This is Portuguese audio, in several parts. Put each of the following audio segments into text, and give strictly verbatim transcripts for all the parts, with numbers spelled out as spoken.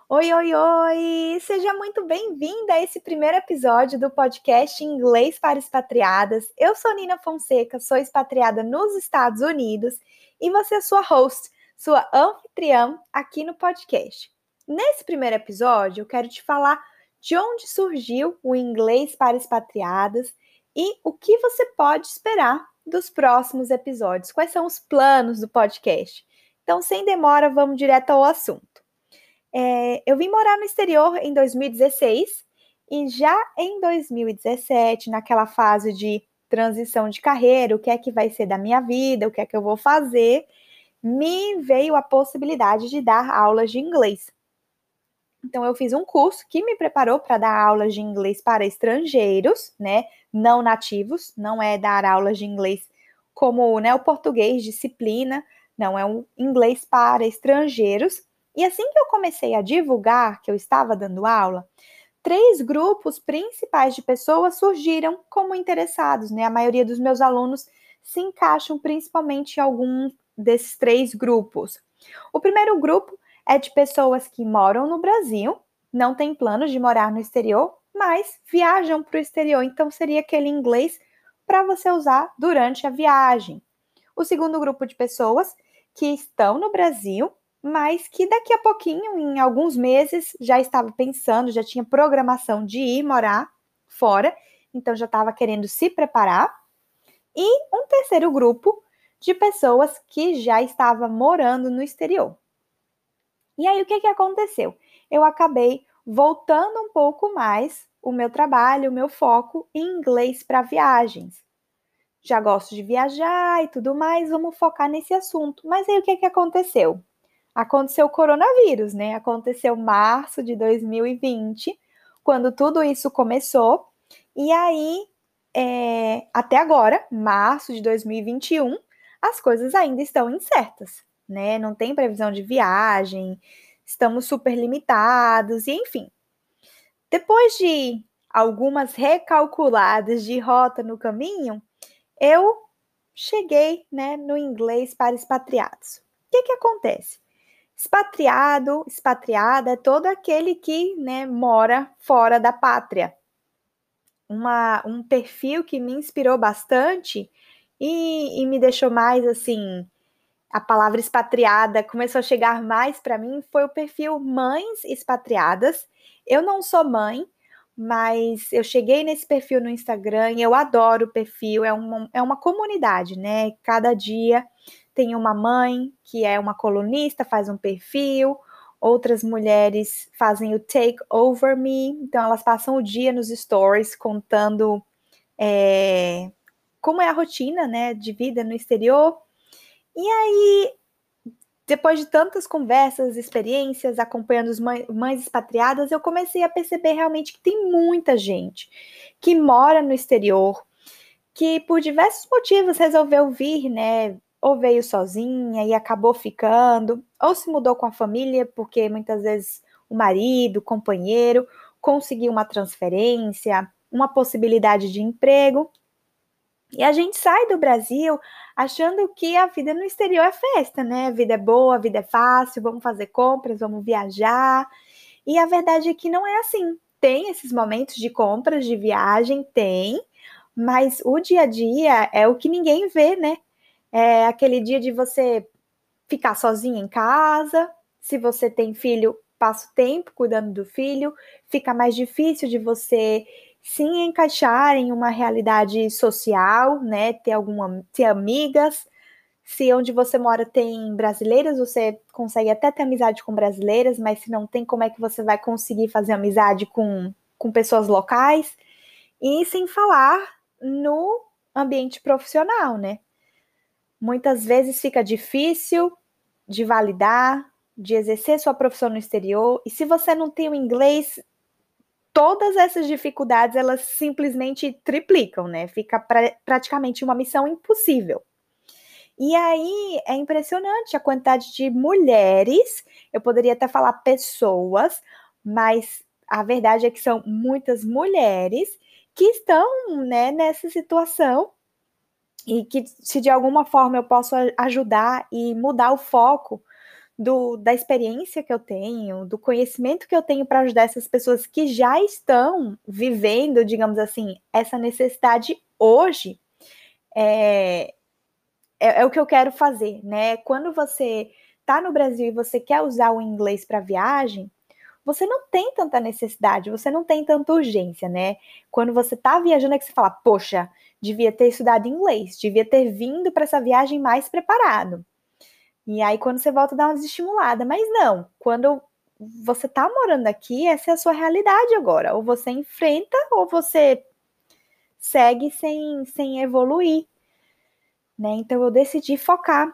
Oi, oi, oi! Seja muito bem-vinda a esse primeiro episódio do podcast Inglês para Expatriadas. Eu sou Nina Fonseca, sou expatriada nos Estados Unidos e você é sua host, sua anfitriã aqui no podcast. Nesse primeiro episódio, eu quero te falar de onde surgiu o Inglês para Expatriadas e o que você pode esperar dos próximos episódios. Quais são os planos do podcast? Então, sem demora, vamos direto ao assunto. É, eu vim morar no exterior em dois mil e dezesseis e já em dois mil e dezessete, naquela fase de transição de carreira, o que é que vai ser da minha vida, o que é que eu vou fazer, me veio a possibilidade de dar aulas de inglês. Então, eu fiz um curso que me preparou para dar aulas de inglês para estrangeiros, né, não nativos, não é dar aulas de inglês como, né, o português, disciplina, não, é um inglês para estrangeiros. E assim que eu comecei a divulgar que eu estava dando aula, três grupos principais de pessoas surgiram como interessados, né? A maioria dos meus alunos se encaixam principalmente em algum desses três grupos. O primeiro grupo é de pessoas que moram no Brasil, não têm planos de morar no exterior, mas viajam para o exterior, então seria aquele inglês para você usar durante a viagem. O segundo grupo de pessoas que estão no Brasil, mas que daqui a pouquinho, em alguns meses, já estava pensando, já tinha programação de ir morar fora, então já estava querendo se preparar. E um terceiro grupo de pessoas que já estava morando no exterior. E aí, o que, que aconteceu? Eu acabei voltando um pouco mais o meu trabalho, o meu foco em inglês para viagens. Já gosto de viajar e tudo mais, vamos focar nesse assunto. Mas aí, o que, que aconteceu? Aconteceu o coronavírus, né? Aconteceu março de dois mil e vinte, quando tudo isso começou. E aí, é, até agora, março de dois mil e vinte e um, as coisas ainda estão incertas, né? Não tem previsão de viagem, estamos super limitados, e enfim. Depois de algumas recalculadas de rota no caminho, eu cheguei, né, no inglês para expatriados. O que que acontece? Expatriado, expatriada é todo aquele que, né, mora fora da pátria. Uma, um perfil que me inspirou bastante e, e me deixou mais assim, a palavra expatriada começou a chegar mais para mim, foi o perfil Mães Expatriadas. Eu não sou mãe, mas eu cheguei nesse perfil no Instagram e eu adoro o perfil, é uma, é uma comunidade, né? Cada dia tem uma mãe que é uma colunista, faz um perfil, outras mulheres fazem o Take Over Me, então elas passam o dia nos stories contando é, como é a rotina, né, de vida no exterior. E aí, depois de tantas conversas, experiências, acompanhando as mães, mães expatriadas, eu comecei a perceber realmente que tem muita gente que mora no exterior, que por diversos motivos resolveu vir, né? Ou veio sozinha e acabou ficando, ou se mudou com a família, porque muitas vezes o marido, o companheiro, conseguiu uma transferência, uma possibilidade de emprego. E a gente sai do Brasil achando que a vida no exterior é festa, né? A vida é boa, a vida é fácil, vamos fazer compras, vamos viajar. E a verdade é que não é assim. Tem esses momentos de compras, de viagem, tem, mas o dia a dia é o que ninguém vê, né? É aquele dia de você ficar sozinha em casa. Se você tem filho, passa o tempo cuidando do filho, fica mais difícil de você se encaixar em uma realidade social, né? Ter alguma, ter amigas. Se onde você mora tem brasileiras, você consegue até ter amizade com brasileiras, mas se não tem, como é que você vai conseguir fazer amizade com, com pessoas locais? E sem falar no ambiente profissional, né? Muitas vezes fica difícil de validar, de exercer sua profissão no exterior, e se você não tem o inglês, todas essas dificuldades elas simplesmente triplicam, né? Fica pra, praticamente uma missão impossível. E aí é impressionante a quantidade de mulheres, eu poderia até falar pessoas, mas a verdade é que são muitas mulheres que estão, né, nessa situação e que se de alguma forma eu posso ajudar e mudar o foco do, da experiência que eu tenho, do conhecimento que eu tenho para ajudar essas pessoas que já estão vivendo, digamos assim, essa necessidade hoje, é, é, é o que eu quero fazer, né? Quando você está no Brasil e você quer usar o inglês para viagem, você não tem tanta necessidade, você não tem tanta urgência, né? Quando você está viajando é que você fala, poxa, devia ter estudado inglês, devia ter vindo para essa viagem mais preparado. E aí, quando você volta, dá uma desestimulada. Mas não, quando você tá morando aqui, essa é a sua realidade agora. Ou você enfrenta, ou você segue sem, sem evoluir, né? Então, eu decidi focar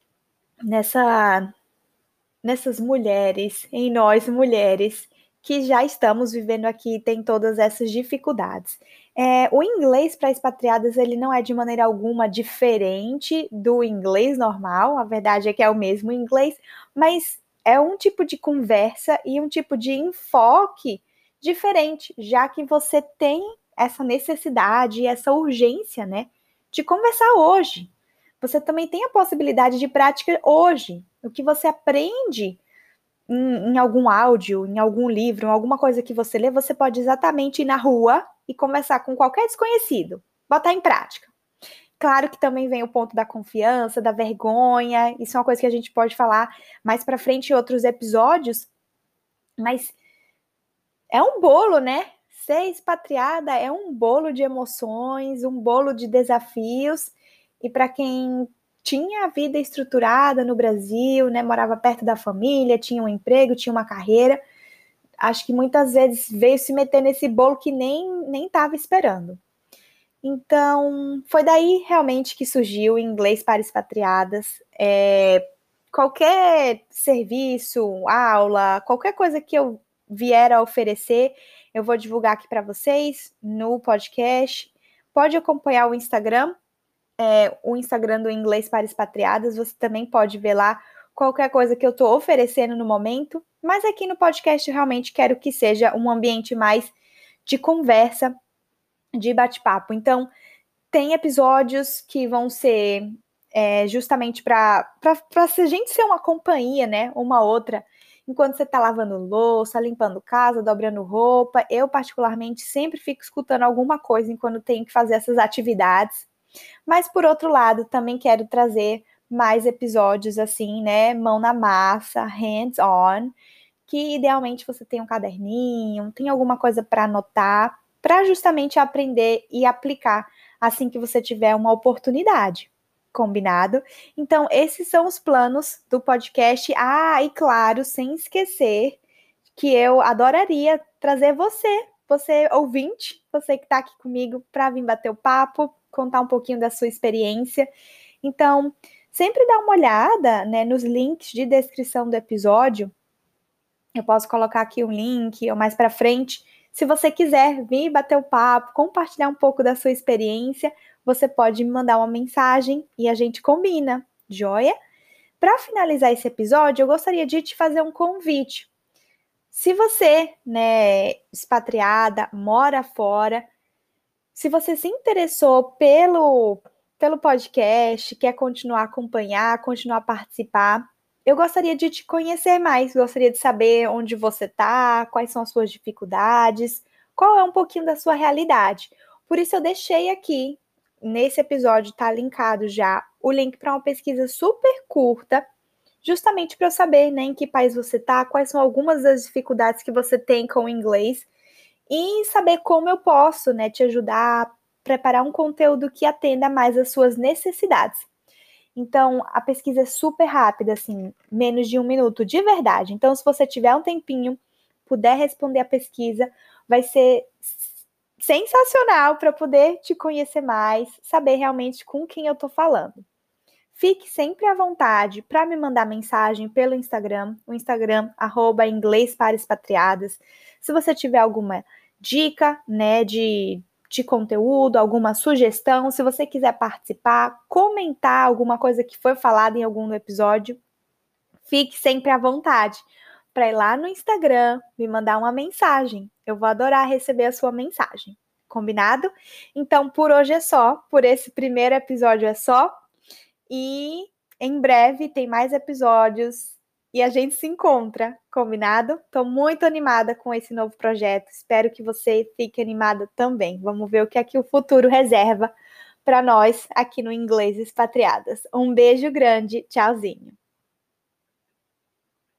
nessa, nessas mulheres, em nós mulheres, que já estamos vivendo aqui e tem todas essas dificuldades. É, o inglês para expatriadas, ele não é de maneira alguma diferente do inglês normal, a verdade é que é o mesmo inglês, mas é um tipo de conversa e um tipo de enfoque diferente, já que você tem essa necessidade e essa urgência, né, de conversar hoje. Você também tem a possibilidade de prática hoje. O que você aprende em, em algum áudio, em algum livro, em alguma coisa que você lê, você pode exatamente ir na rua e conversar com qualquer desconhecido, botar em prática. Claro que também vem o ponto da confiança, da vergonha, isso é uma coisa que a gente pode falar mais para frente em outros episódios, mas é um bolo, né? Ser expatriada é um bolo de emoções, um bolo de desafios, e para quem tinha a vida estruturada no Brasil, né, morava perto da família, tinha um emprego, tinha uma carreira, acho que muitas vezes veio se meter nesse bolo que nem nem estava esperando. Então, foi daí realmente que surgiu o Inglês para Expatriadas. É, qualquer serviço, aula, qualquer coisa que eu vier a oferecer, eu vou divulgar aqui para vocês no podcast. Pode acompanhar o Instagram, é, o Instagram do Inglês para Expatriadas, você também pode ver lá qualquer coisa que eu estou oferecendo no momento, mas aqui no podcast eu realmente quero que seja um ambiente mais de conversa, de bate-papo. Então, tem episódios que vão ser é, justamente para a gente ser uma companhia, né? Uma outra. Enquanto você está lavando louça, limpando casa, dobrando roupa, eu particularmente sempre fico escutando alguma coisa enquanto tenho que fazer essas atividades. Mas por outro lado, também quero trazer mais episódios assim, né? Mão na massa, hands-on, que idealmente você tem um caderninho, tem alguma coisa para anotar, para justamente aprender e aplicar assim que você tiver uma oportunidade. Combinado? Então, esses são os planos do podcast. Ah, e claro, sem esquecer que eu adoraria trazer você, você ouvinte, você que está aqui comigo, para vir bater o papo, contar um pouquinho da sua experiência. Então, sempre dá uma olhada, né, nos links de descrição do episódio. Eu posso colocar aqui um link ou mais para frente. Se você quiser vir bater o papo, compartilhar um pouco da sua experiência, você pode me mandar uma mensagem e a gente combina, joia? Para finalizar esse episódio, eu gostaria de te fazer um convite. Se você, né, expatriada, mora fora, se você se interessou pelo, pelo podcast, quer continuar a acompanhar, continuar a participar, eu gostaria de te conhecer mais, gostaria de saber onde você está, quais são as suas dificuldades, qual é um pouquinho da sua realidade. Por isso eu deixei aqui, nesse episódio está linkado já, o link para uma pesquisa super curta, justamente para eu saber, né, em que país você está, quais são algumas das dificuldades que você tem com o inglês, e saber como eu posso, né, te ajudar a preparar um conteúdo que atenda mais às suas necessidades. Então, a pesquisa é super rápida, assim, menos de um minuto, de verdade. Então, se você tiver um tempinho, puder responder a pesquisa, vai ser sensacional para poder te conhecer mais, saber realmente com quem eu tô falando. Fique sempre à vontade para me mandar mensagem pelo Instagram, o Instagram, arroba inglês para expatriadas. Se você tiver alguma dica, né, de, de conteúdo, alguma sugestão, se você quiser participar, comentar alguma coisa que foi falada em algum episódio, fique sempre à vontade para ir lá no Instagram, me mandar uma mensagem. Eu vou adorar receber a sua mensagem. Combinado? Então, por hoje é só. Por esse primeiro episódio é só. E em breve tem mais episódios e a gente se encontra, combinado? Estou muito animada com esse novo projeto. Espero que você fique animada também. Vamos ver o que é que o futuro reserva para nós aqui no Inglês Expatriadas. Um beijo grande, tchauzinho.